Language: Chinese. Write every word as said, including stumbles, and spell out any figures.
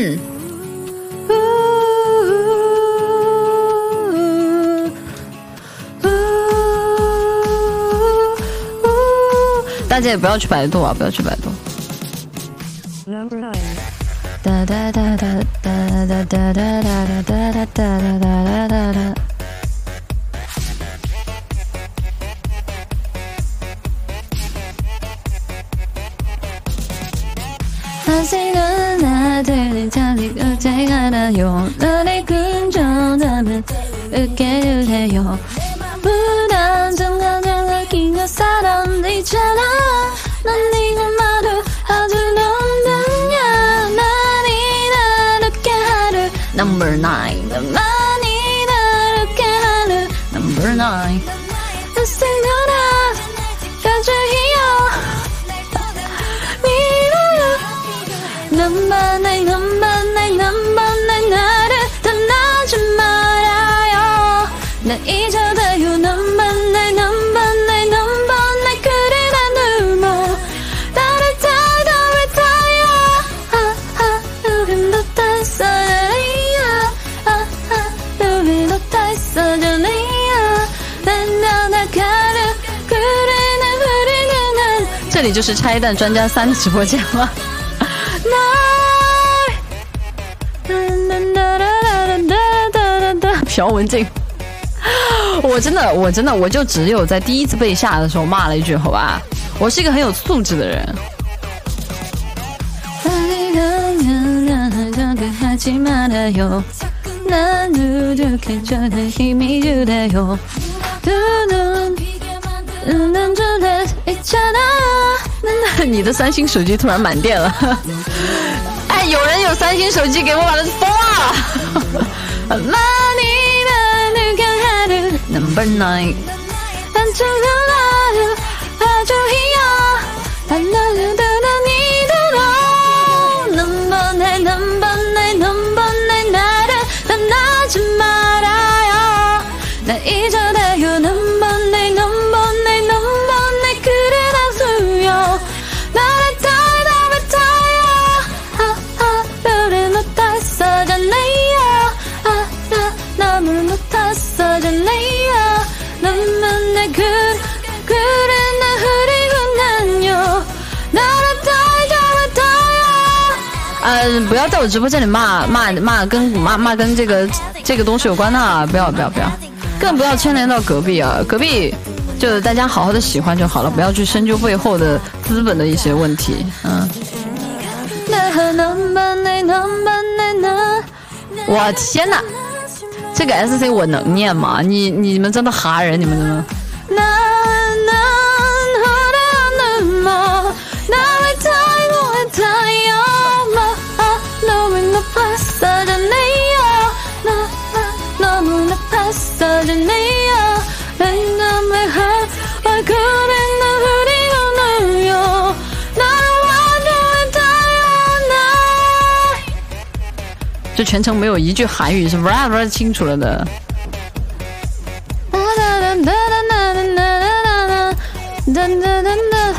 大家也不要去百度啊，不要去百度。哒哒哒哒哒哒哒哒哒哒哒哒哒哒哒。다시는 나들이 자리가 제가나요 너를 근처다면 웃게 주세요 불안정한 긴거 사람 있잖아 난 이것만으로 아주 넘나냐 많이 다르게 하루 Number nine 많이 다르게 하루 Number nine 생각나 가져요 넘반날 넘반날 넘반날 나를 떠나지 말아요 나 잊어다요 넘반날 넘반날 넘반날 그래 난 울며 나를 타다 왜 타요 아아 우린 너 탔어요 아아 우린 너 탔어잖아요 난 나가를 그래 난 흐리는 난这里就是拆弹专家三的直播间吗？朴文静，我真的，我真的，我就只有在第一次被吓的时候骂了一句，好吧？我是一个很有素质的人。你的三星手机突然满电了。哎，有人有三星手机给我，把它疯了。Number nine.呃，不要在我直播间里骂骂骂跟骂骂跟这个这个东西有关的啊！不要不要不要，更不要牵连到隔壁啊！隔壁就大家好好的喜欢就好了，不要去深究背后的资本的一些问题。嗯。我天哪，这个 S C 我能念吗？你你们真的哈人，你们真的。这全程没有一句韩语是哇哇清楚了的。